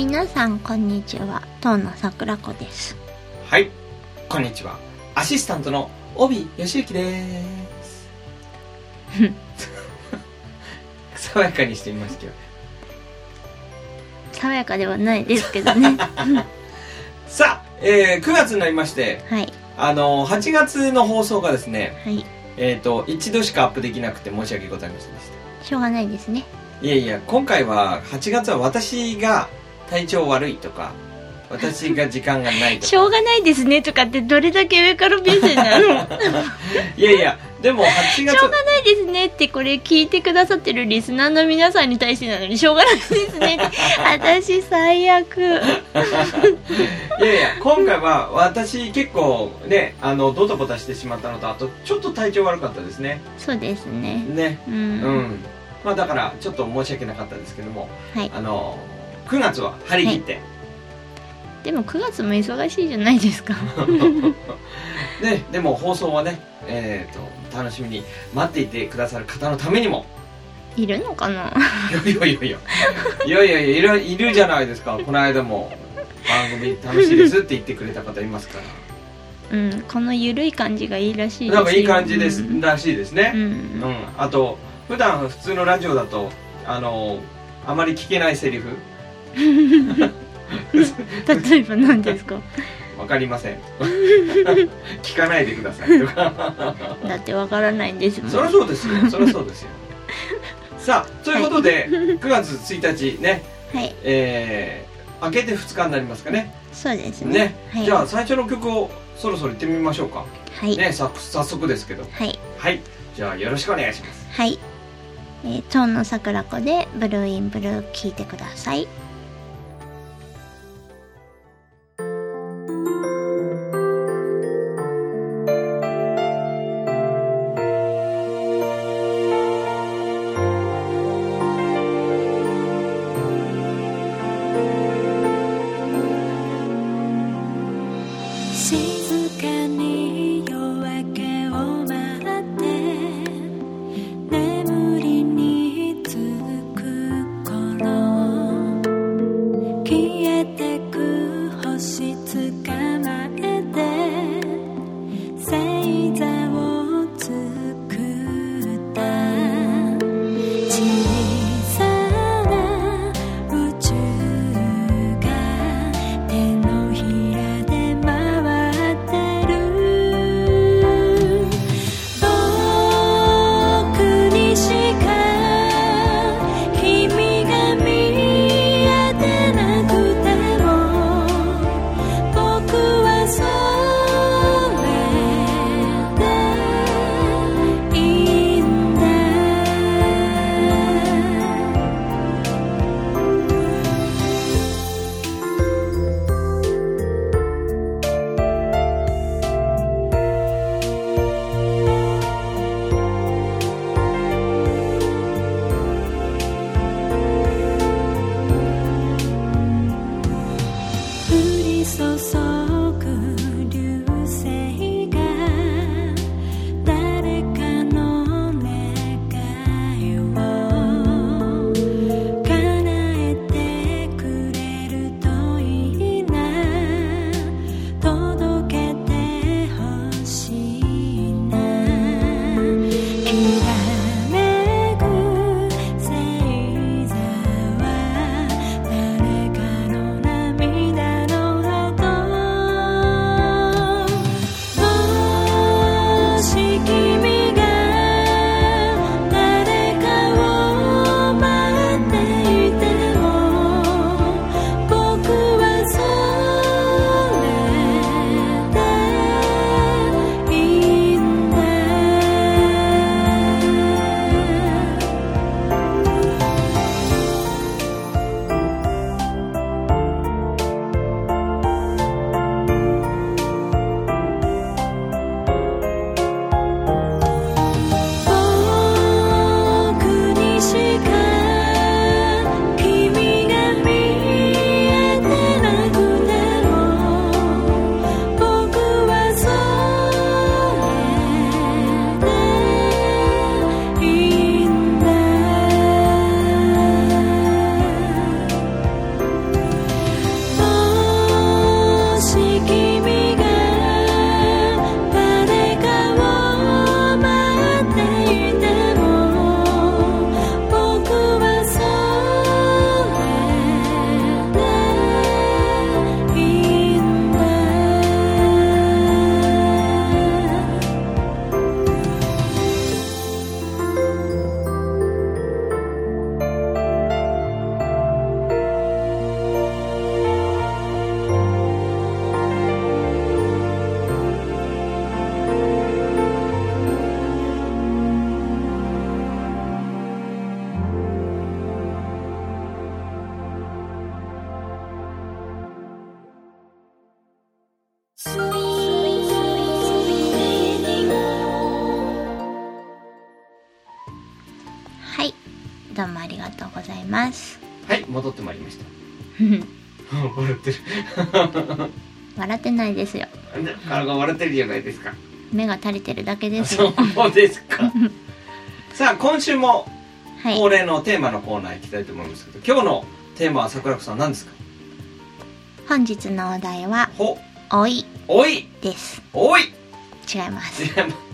皆さんこんにちは、遠野桜子です。 はい、こんにちは。アシスタントの帯義行です爽やかにしてみましたよ。 爽やかではないですけどねさあ、9月になりまして、 はい、 8月の放送がですね、 はい、 一度しかアップできなくて申し訳ございませんでした。 しょうがないですね。 いやいや、今回は8月は私が体調悪いとか、私が時間がないとかしょうがないですねとかってどれだけ上から目線なのいやいや、でも8月しょうがないですねってこれ聞いてくださってるリスナーの皆さんに対してなのにしょうがないですねって私最悪いやいや、今回は私結構ね、ドタバタしてしまったのと、あとちょっと体調悪かったですね。 そうですね。 ね、まあだからちょっと申し訳なかったですけども、 はい、 9月は張り切って、はい、 でも9月も忙しいじゃないですかね、でも放送はね、楽しみに待っていてくださる方のためにもいるのかな。 いやいるじゃないですか。この間も番組楽しいですって言ってくれた方いますから、 このゆるい感じがいいらしいですよ。 なんかいい感じです、らしいですね。あと普段普通のラジオだとあまり聞けないセリフ例えば何ですか。 わかりません聞かないでくださいとかだってわからないんですもん。 そりゃそうですよ、そりゃそうですよさあ、ということで、はい、9月1日ね、はい、明けて2日になりますかね。 そうですね。 はい、じゃあ最初の曲をそろそろ行ってみましょうか。 はいね、 早速ですけど、はい、はい、じゃあよろしくお願いします。 はい、遠野桜子でブルーインブルー聴いてください。 ございます。 はい、戻ってまいりました。笑ってる。 笑ってないですよ。 顔が笑ってるじゃないですか。 目が垂れてるだけですよ。 そうですか。さあ、今週も恒例のテーマのコーナー行きたいと思いますけど、今日のテーマは桜子さん何ですか？ 本日のお題は老いです。 老い？ 違います。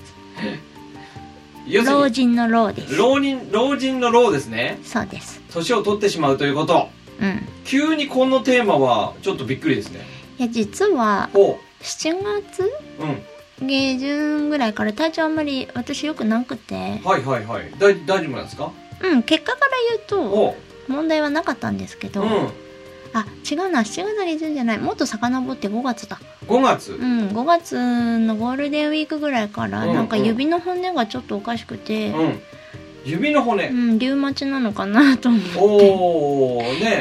老人の老です。 老人の老ですね。 そうです。 年を取ってしまうということ。 うん。 急にこのテーマはちょっとびっくりですね。 いや、実は7月、下旬ぐらいから体調あんまり私よくなくて。 はいはいはい。大丈夫なんですか？ うん、結果から言うと問題はなかったんですけど、あ、違うな、7月下旬じゃない、もっと遡って5月だ。 5月？ うん、5月のゴールデンウィークぐらいからなんか指の骨がちょっとおかしくて、 指の骨、 リウマチなのかなと思って、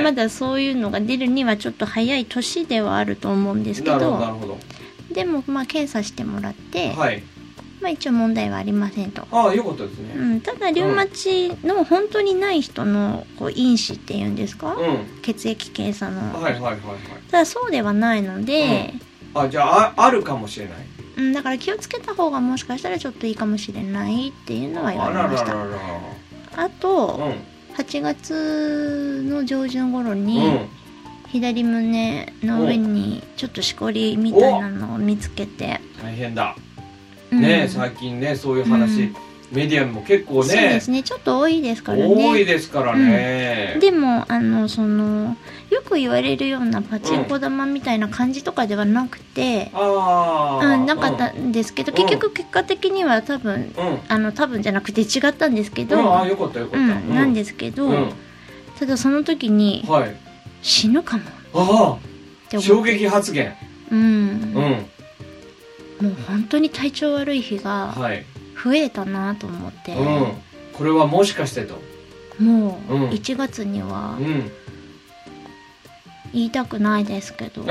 まだそういうのが出るにはちょっと早い年ではあると思うんですけど、でもまあ検査してもらって、まあ一応問題はありませんと。 ああ、よかったですね。 ただリウマチの本当にない人のこう因子っていうんですか、血液検査の。ただそうではないので、 あ、じゃああるかもしれない。 だから気をつけた方がもしかしたらちょっといいかもしれないっていうのは言われました。あと、8月の上旬頃に、左胸の上にちょっとしこりみたいなのを見つけて。 大変だ。ね、最近ね、そういう話、メディアも結構ね。そうですね、ちょっと多いですからね。 多いですからね。 でもよく言われるようなパチンコ玉みたいな感じとかではなくて、なかったんですけど、結局結果的には多分じゃなくて違ったんですけど、 よかったよかった。 なんですけど、ただその時に死ぬかもって思って。 衝撃発言。 もう本当に体調悪い日が増えたなと思って、 これはもしかしてと。 もう1月には言いたくないですけど、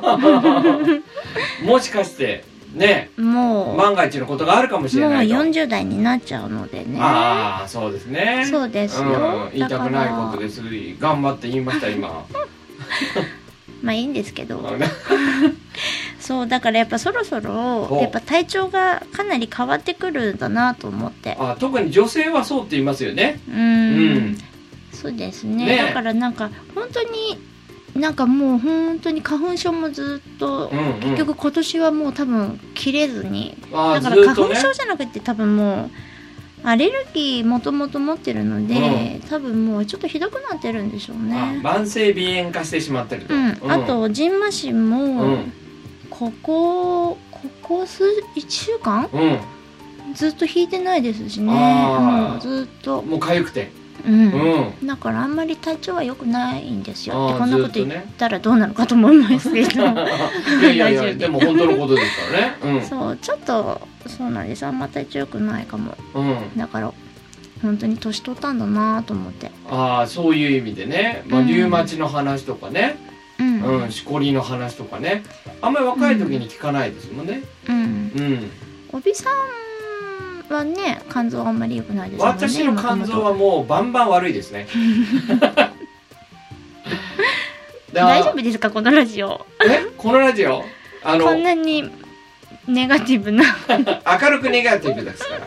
もしかしてね、もう万が一のことがあるかもしれないと。 もう40代になっちゃうのでね。 ああ、そうですね。 そうですよ。 言いたくないことです。頑張って言いました今。 まあいいんですけど。そうだからやっぱそろそろやっぱ体調がかなり変わってくるんだなと思って。 特に女性はそうって言いますよね。 そうですね。だからなんか本当になんかもう本当に花粉症もずっと、結局今年はもう多分切れずに、だから花粉症じゃなくて多分もうアレルギーもともと持ってるので、多分もうちょっとひどくなってるんでしょうね。 慢性鼻炎化してしまってると。 あとジンマシンも、ここ1週間、ずっと引いてないですしね。もうずっともう痒くて、 だからあんまり体調は良くないんですよ。ってこんなこと言ったらどうなのかと思いますけど。 いやでも本当のことですからね。 そう、ちょっとそうなんです。あんま体調良くないかも。だから本当に年取ったんだなと思って。 そういう意味でね、リウマチの話とかね、しこりの話とかね、あんまり若い時に聞かないですもんね。おびさんはね、肝臓あんまり良くないですもんね。 私の肝臓はもうバンバン悪いですね。 大丈夫ですかこのラジオ？ このラジオこんなにネガティブな明るくネガティブですから。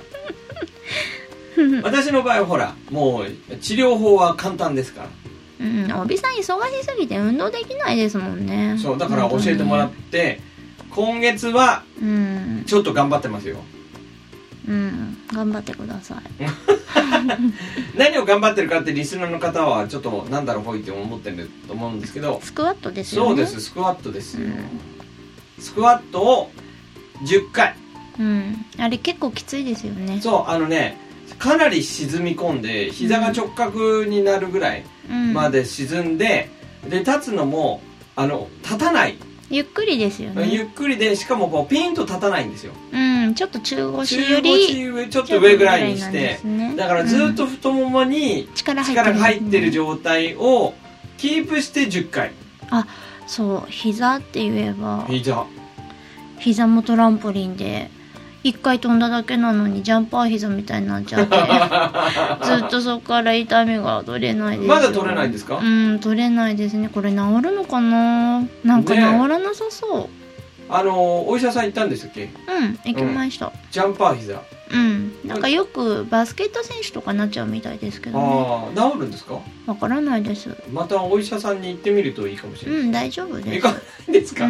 私の場合はほらもう治療法は簡単ですから。 おびさん忙しすぎて運動できないですもんね。 そうだから教えてもらって、今月はちょっと頑張ってますよ。 頑張ってください。 何を頑張ってるかってリスナーの方はちょっとなんだろうほいって思ってると思うんですけど、 スクワットですよね。 そうです、スクワットですよ。スクワットを10回。 あれ結構きついですよね。 そうかなり沈み込んで膝が直角になるぐらいまで沈んで、で立つのも立たない。 ゆっくりですよね。 ゆっくりで、しかもこうピンと立たないんですよ。 ちょっと中腰よりちょっと上ぐらいにして、だからずっと太ももに力が入ってる状態をキープして10回。そう、 膝って言えば膝もトランポリンで一回飛んだだけなのにジャンパー膝みたいになっちゃってずっとそこから痛みが取れないですよ。 まだ取れないんですか？ 取れないですね。これ治るのかな。なんか治らなさそう、 お医者さん行ったんでしたっけ？ 行きました、 ジャンパー膝。 なんかよくバスケット選手とかなっちゃうみたいですけどね。治るんですか？ わからないです。 またお医者さんに行ってみるといいかもしれない。 大丈夫です。 行かないんですか？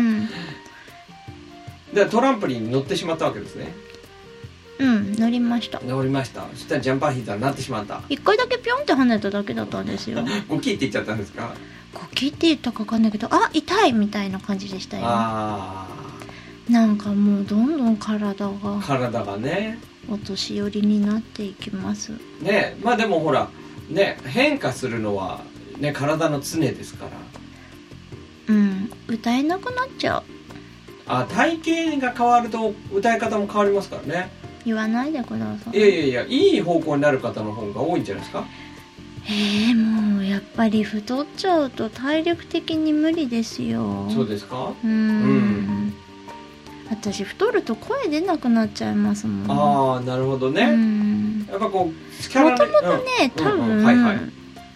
でトランポリンに乗ってしまったわけですね。 乗りました。 乗りました。そしたらジャンパー膝になってしまった。 一回だけピョンって跳ねただけだったんですよ。 ゴキって言っちゃったんですか？ ゴキって言ったか分かんないけど、あ、痛いみたいな感じでしたよ。なんかもうどんどん体がね、 お年寄りになっていきますね。まあでもほらね、変化するのはね、体の常ですから。 歌えなくなっちゃう。 体型が変わると歌い方も変わりますからね。 言わないでください。 いやいい方向になる方の方が多いんじゃないですか？ もうやっぱり太っちゃうと体力的に無理ですよ。 そうですか？ 私太ると声出なくなっちゃいますもん。 なるほどね。やっぱこうもともとね、多分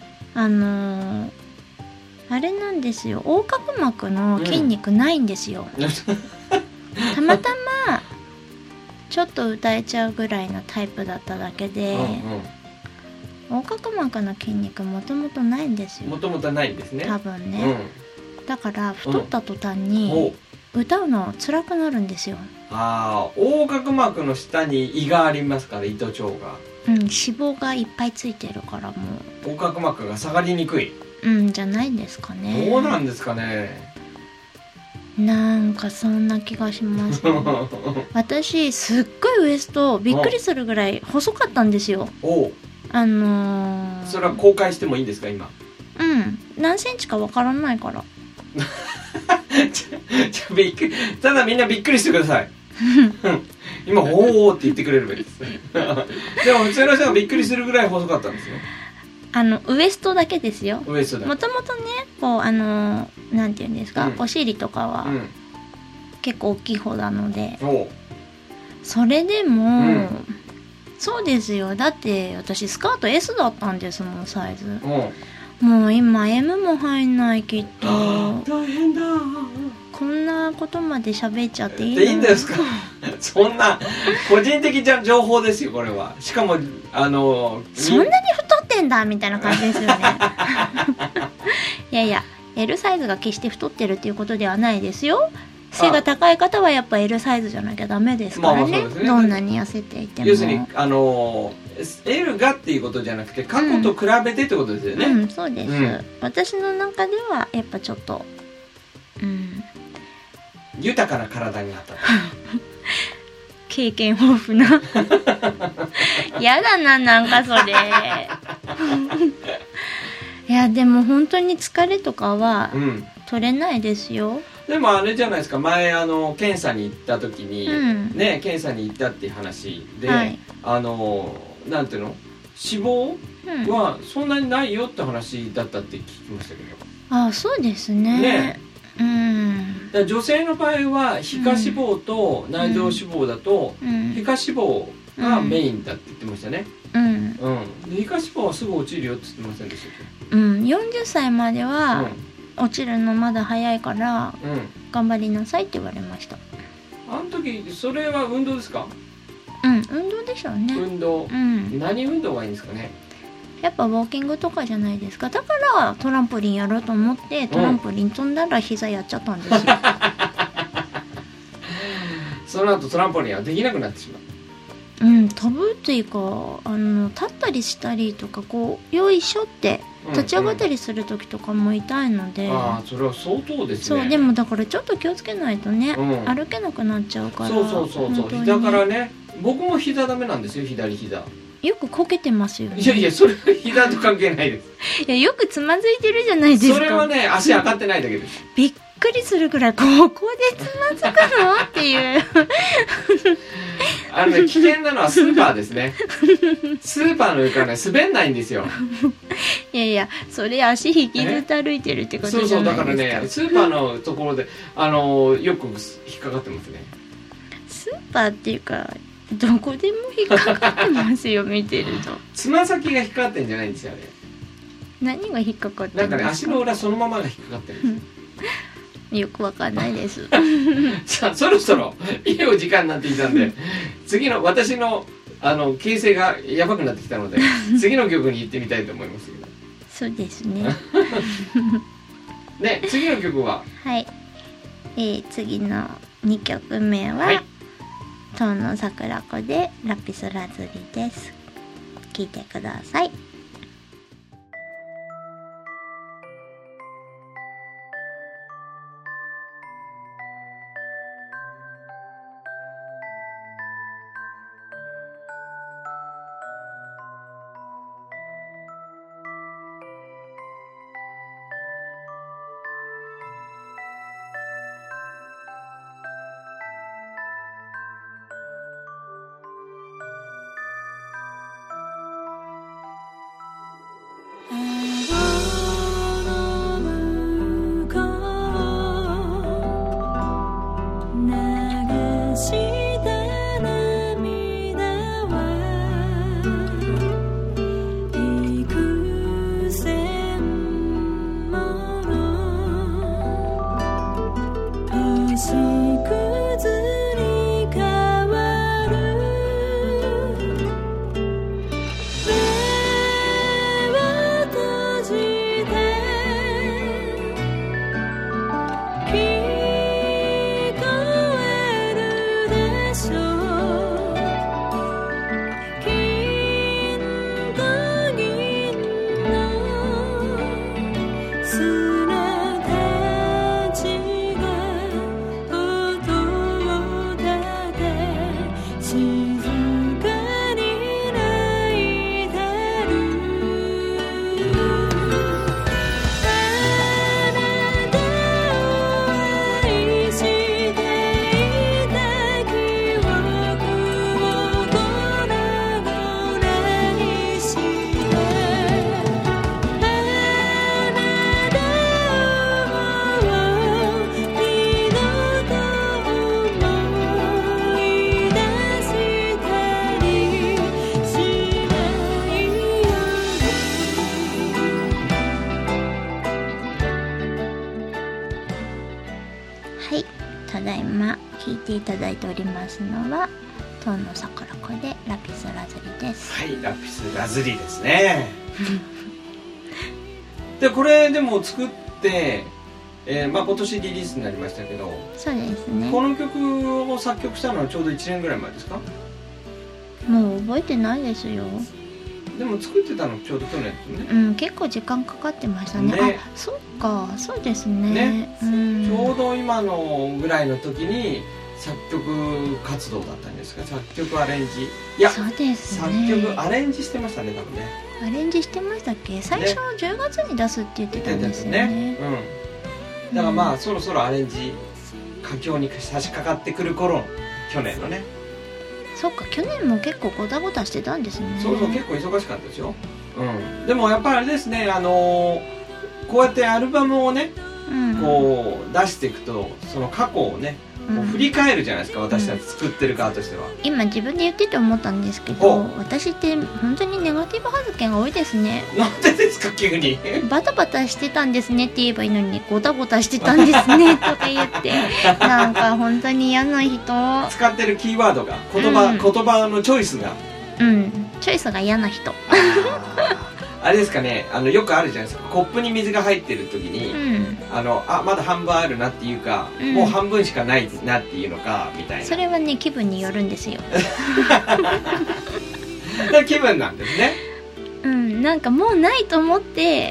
あれなんですよ、横隔膜の筋肉ないんですよ、たまたまちょっと歌えちゃうぐらいのタイプだっただけで、横隔膜の筋肉もともとないんですよ。 もともとないんですね、 多分ね、だから太った途端に歌うの辛くなるんですよ。 横隔膜の下に胃がありますから、胃と腸が、 脂肪がいっぱいついてるから、もう横隔膜が下がりにくい、 じゃないですかね。 どうなんですかね。 なんかそんな気がします、ね、私すっごいウエストびっくりするぐらい細かったんですよ。それは公開してもいいんですか今？ 何センチかわからないからびっくり、ただみんなびっくりしてください今おおって言ってくれればいいですでも普通の人がびっくりするぐらい細かったんですよ。 ウエストだけですよ。 ウエストだけ。 もともとね、こうなんていうんですか、お尻とかは結構大きい方なので、それでも、そうですよ。だって私スカート S だったんですもん、サイズ。もう今 M も入んない、きっと。 大変だ。 こんなことまで喋っちゃっていいの？ いいんですかそんな個人的な情報ですよ、これは。しかもそんなに太ってんだみたいな感じですよねいや L サイズが決して太ってるっていうことではないですよ。背が高い方はやっぱ L サイズじゃなきゃダメですからね、どんなに痩せていても。 要するにL がっていうことじゃなくて、過去と比べてってことですよね。 そうです、私の中ではやっぱちょっと豊かな体になった経験豊富なやだな、なんかそれいやでも本当に疲れとかは取れないですよ。 でもあれじゃないですか、前検査に行った時に、検査に行ったっていう話で、なんていうの、脂肪はそんなにないよって話だったって聞きましたけど。 そうですね。 だ女性の場合は皮下脂肪と内臓脂肪だと、皮下脂肪がメインだって言ってましたね。で皮下脂肪はすぐ落ちるよって言ってませんでしたっけ ？40歳までは落ちるのまだ早いから、頑張りなさいって言われました。 あの時それは運動ですか？ 運動でしょうね。 運動、何運動がいいんですかね？ やっぱウォーキングとかじゃないですか。だからトランポリンやろうと思ってトランポリン飛んだら膝やっちゃったんですよその後トランポリンはできなくなってしまう。 飛ぶっていうか立ったりしたりとか、こうよいしょって立ち上がったりする時とかも痛いので、 それは相当ですね。 そう、でもだからちょっと気をつけないとね、歩けなくなっちゃうから。 そう膝からね、僕も膝ダメなんですよ、左膝。 よくこけてますよね。 いやそれは膝と関係ないですいや、よくつまずいてるじゃないですか。 それはね、足上がってないだけです。 びっくりするくらい、ここでつまずくのっていう危険なのはスーパーですねスーパーの床ね、滑んないんですよいやそれ足引きずって歩いてるってことじゃないですか。 だからね、スーパーのところでよく引っかかってますね。 スーパーっていうかどこでも引っかかってますよ見てると。 つま先が引っかかってんじゃないんですよあれ。 何が引っかかってるんですか。 なんかね足の裏そのままが引っかかってるんですよくわかんないですさあそろそろいいお時間になってきたんで次の私の形勢がやばくなってきたので次の曲に行ってみたいと思いますけど。 そうですねね、次の曲ははい、次の2曲目は、はい、遠野桜子でラピスラズリです。聴いてください。いただいておりますのは遠野桜子でラピスラズリです。 はい、ラピスラズリですねでこれでも作って、今年リリースになりましたけど。 そうですね。 この曲を作曲したのはちょうど1年ぐらい前ですか。 もう覚えてないですよ。 でも作ってたのちょうど去年ですね。 うん、結構時間かかってましたね。あ、そうか、そうですね。 ちょうど今のぐらいの時に作曲活動だったんですか。作曲アレンジ、いや、 そうですね、 作曲アレンジしてましたね、多分ね。 アレンジしてましたっけ。最初10月に出すって言ってたんですよね。 うん、だからまあ、そろそろアレンジ佳境に差し掛かってくる頃、去年のね。 そっか、去年も結構ゴタゴタしてたんですね。 そうそう、結構忙しかったですよ。うん、でもやっぱりあれですね、こうやってアルバムをね、こう出していくと、その過去をね、もう振り返るじゃないですか、私たち作ってる側としては。 今自分で言ってて思ったんですけど、私って本当にネガティブ発言が多いですね。 なんでですか、急に。 バタバタしてたんですねって言えばいいのに、ゴタゴタしてたんですねとか言ってなんか本当に嫌な人。 使ってるキーワードが、言葉のチョイスが、 チョイスが嫌な人あれですかね、よくあるじゃないですか、コップに水が入ってる時に、まだ半分あるなっていうか、もう半分しかないなっていうのかみたいな。 それはね、気分によるんですよ気分なんですね。 なんかもうないと思って、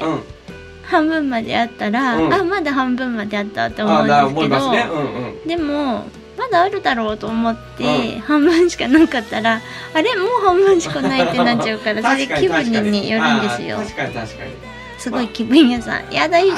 半分まであったら、まだ半分まであったって思うんですけど、でもまだあるだろうと思って、半分しかなかったら、あれもう半分しかないってなっちゃうからそれ気分に、ね、よるんですよ。 確かにすごい気分屋さん、やだ人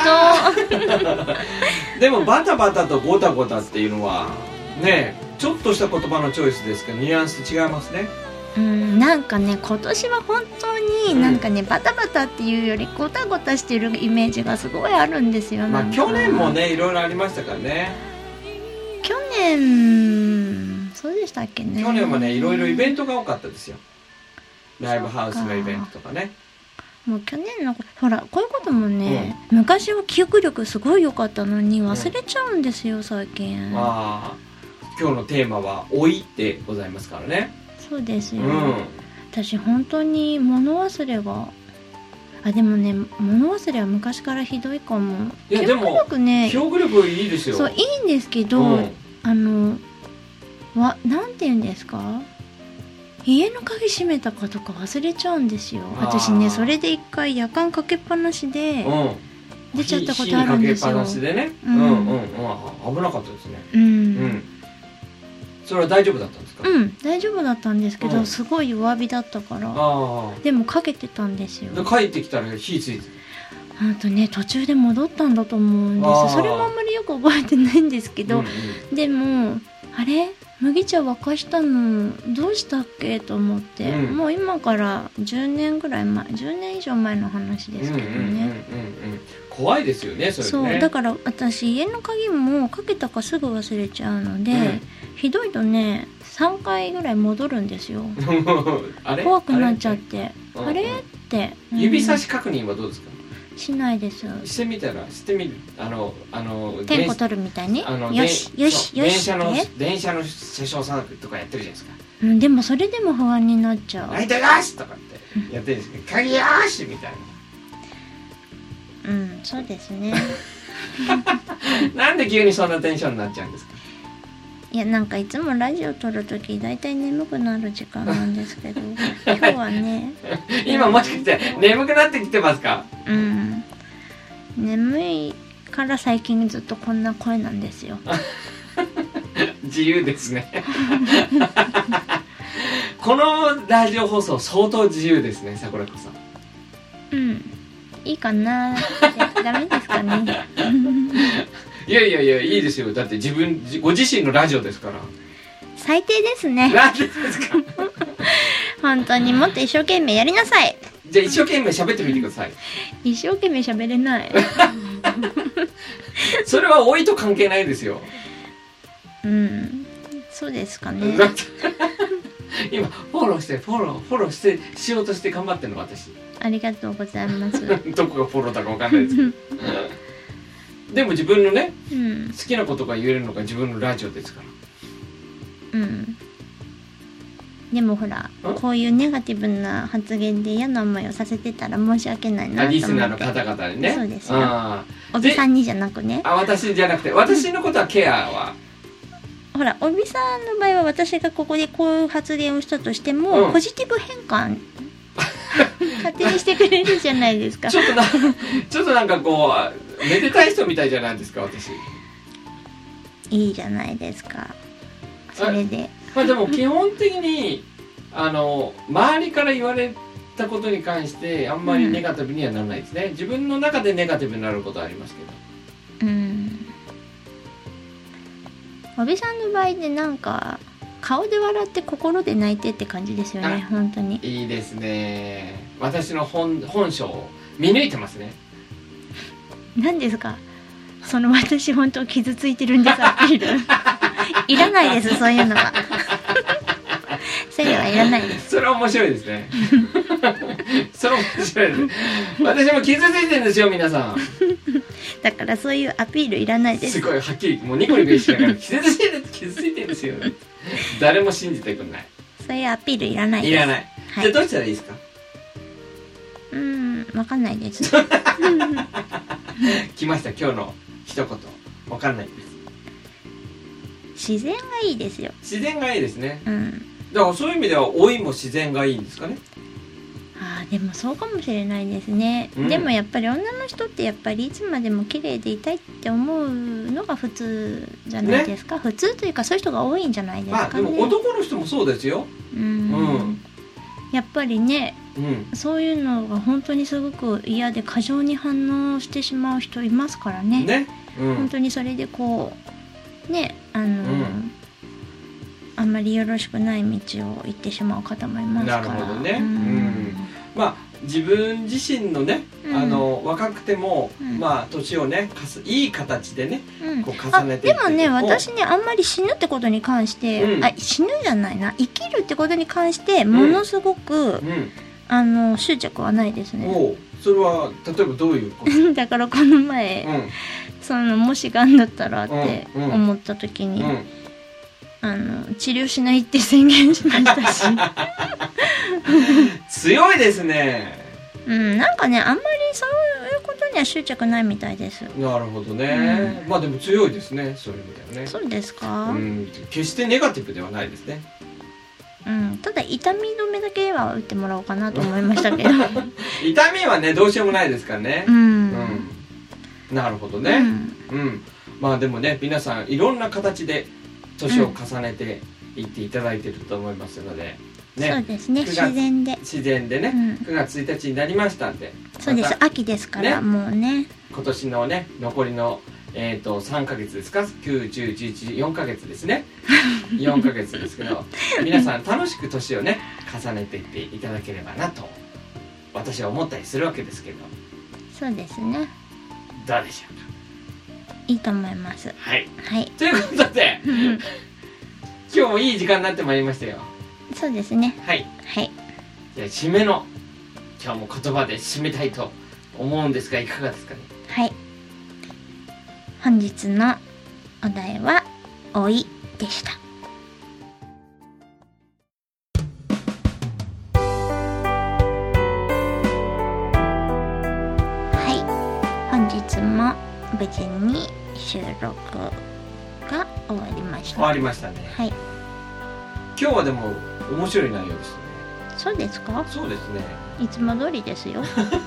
でもバタバタとゴタゴタっていうのはね、ちょっとした言葉のチョイスですけど、ニュアンス違いますね。 なんかね、今年は本当になんかね、バタバタっていうよりゴタゴタしてるイメージがすごいあるんですよ。 去年もね、いろいろありましたからね。 去年そうでした最近ね。 去年はねいろいろイベントが多かったですよ。ライブハウスのイベントとかね。 もう去年のほらこういうこともね、昔は記憶力すごい良かったのに忘れちゃうんですよ、最近。 ああ、今日のテーマは老いでございますからね。 そうですよ、私本当に物忘れがでもね、物忘れは昔からひどいかも。 いやでも記憶力いいですよ。 そういいんですけど、なんて言うんですか、家の鍵閉めたかとか忘れちゃうんですよ。私ね、それで一回夜間かけっぱなしで出ちゃったことあるんですよ。 火にかけっぱなしでね、危なかったですね。それは大丈夫だったんですか？ 大丈夫だったんですけど、すごい弱火だったから。でもかけてたんですよ。 で帰ってきたら火ついてた。途中で戻ったんだと思うんです。それもあんまりよく覚えてないんですけど、でもあれ麦茶沸かしたのどうしたっけと思って、もう今から10年ぐらい前、10年以上前の話ですけどね。 怖いですよね、それね。 そうだから私家の鍵もかけたかすぐ忘れちゃうので、ひどいとね3回ぐらい戻るんですよ。怖くなっちゃって、あれって。 指差し確認はどうですか？ しないです。 してみたら、してみる。 点呼取るみたいに。よしよしよしって。 電車の車掌さんとかやってるじゃないですか。 でもそれでも不安になっちゃう。 ライトよしとかってやってるんですけど、鍵よしみたいな。そうですね。 なんで急にそんなテンションになっちゃうんですか？ いや、なんかいつもラジオ撮るときだいたい眠くなる時間なんですけど今日はね今もしかして眠くなってきてますか？ 眠いから最近ずっとこんな声なんですよ。 自由ですね。このラジオ放送相当自由ですね、桜子さん。 いいかなダメですかね。 いやいいですよ。だってご自身のラジオですから。 最低ですね。 ラジオですか？ 本当にもっと一生懸命やりなさい。 じゃあ一生懸命喋ってみてください。 一生懸命喋れない。 それは老いと関係ないですよ。 そうですかね。 今フォローしてしようとして頑張ってるの私。 ありがとうございます。 どこがフォローだかわかんないですけど。でも自分のね、好きなことが言えるのが自分のラジオですから。 でもほら、こういうネガティブな発言で嫌な思いをさせてたら申し訳ないなと思って。 リスナーの方々にね。 そうですよ。おびさんにじゃなくね。 私じゃなくて、私のことはケアは。 ほら、おびさんの場合は私がここでこういう発言をしたとしても、ポジティブ変換勝手にしてくれるじゃないですか。 ちょっとなんかこうめでたい人みたいじゃないですか、私。 いいじゃないですか。それで。 でも基本的に周りから言われたことに関してあんまりネガティブにはならないですね。自分の中でネガティブになることはありますけど。 おびさんの場合でなんか顔で笑って心で泣いてって感じですよね。本当にいいですね。私の本性を見抜いてますね。 何ですかその私本当傷ついてるんですアピール。いらないです、そういうのは。そういうのはいらないです。 それは面白いですね。それは面白いです。私も傷ついてるんですよ、皆さん。 だからそういうアピールいらないです。 すごいはっきりもうニコニコしながら傷ついてるんですよ。誰も信じてくれない。 そういうアピールいらないです。 いらない。じゃあどうしたらいいですか？ わかんないです。 来ました、今日の一言。わかんないです。 自然がいいですよ。 自然がいいですね。だからそういう意味では老いも自然がいいんですかね。 でもそうかもしれないですね。でもやっぱり女の人ってやっぱりいつまでも綺麗でいたいって思うのが普通じゃないですか。普通というかそういう人が多いんじゃないですかね。 でも男の人もそうですよ。 やっぱりね、そういうのが本当にすごく嫌で過剰に反応してしまう人いますからね。本当にそれでこうね、あんまりよろしくない道を行ってしまう方もいますから。 なるほどね。自分自身のね、若くても、年をねいい形でね、 こう重ねていって、 でもね私ねあんまり死ぬってことに関して、死ぬじゃないな、生きるってことに関してものすごく、執着はないですね。 それは例えばどういうことだからこの前、もしがんだったらって思った時に、治療しないって宣言しましたし強いですね。 なんかねあんまりそういうことには執着ないみたいです。 なるほどね、まあでも強いですね、そういう意味ではね。 そうですか。 決してネガティブではないですね。 ただ痛み止めだけは打ってもらおうかなと思いましたけど痛みはねどうしようもないですからね。なるほどね。まあでもね皆さんいろんな形で年を重ねていっていただいてると思いますので、 そうですね、自然でね、9月1日になりましたんで、 そうです、秋ですから、もうね今年のね残りの3ヶ月ですか、9、10、11、4ヶ月ですね4ヶ月ですけど皆さん楽しく年をね重ねていっていただければなと私は思ったりするわけですけど。 そうですね、 どうでしょうか。いいと思います。 はい、ということで今日もいい時間になってまいりましたよ。 そうですね、 じゃあ締めの今日も言葉で締めたいと思うんですがいかがですかね。 本日のお題は老いでした。本日も無事に収録が終わりました。 終わりましたね。今日はでも面白い内容ですね。 そうですか。 そうですね、 いつも通りですよ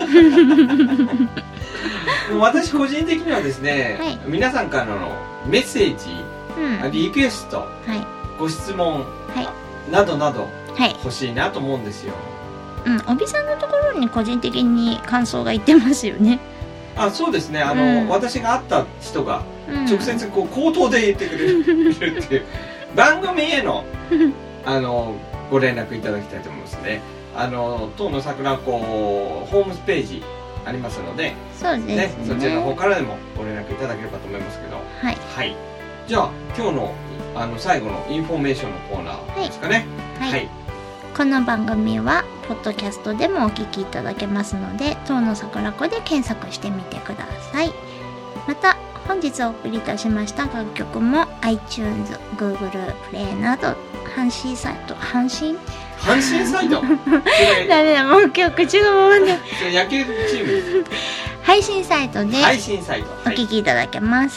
私個人的にはですね、皆さんからのメッセージ、リクエスト、ご質問、などなど欲しいなと思うんですよ。 おびさんのところに個人的に感想が言ってますよね。 そうですね、私が会った人が直接こう口頭で言ってくれるっていう番組へのご連絡いただきたいと思いますね。当の桜子ホームページありますので、 そうですね、 そちらの方からでもご連絡いただければと思いますけど、じゃあ今日の最後のインフォメーションのコーナーですかね。 この番組はポッドキャストでもお聞きいただけますので、当の桜子で検索してみてください。また本日お送りいたしました楽曲も iTunes、Google プレイなど阪神サイトダメだ、もう今日口が回んない野球チーム配信サイトでお聞きいただけます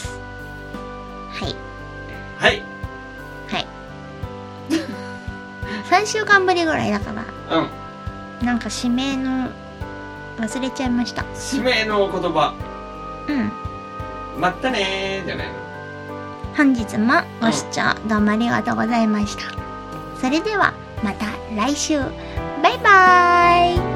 。3週間ぶりぐらいだから、なんか指名の忘れちゃいました。 指名の言葉、まったねーじゃないの。 本日もご視聴どうもありがとうございました。それではまた来週、バイバーイ。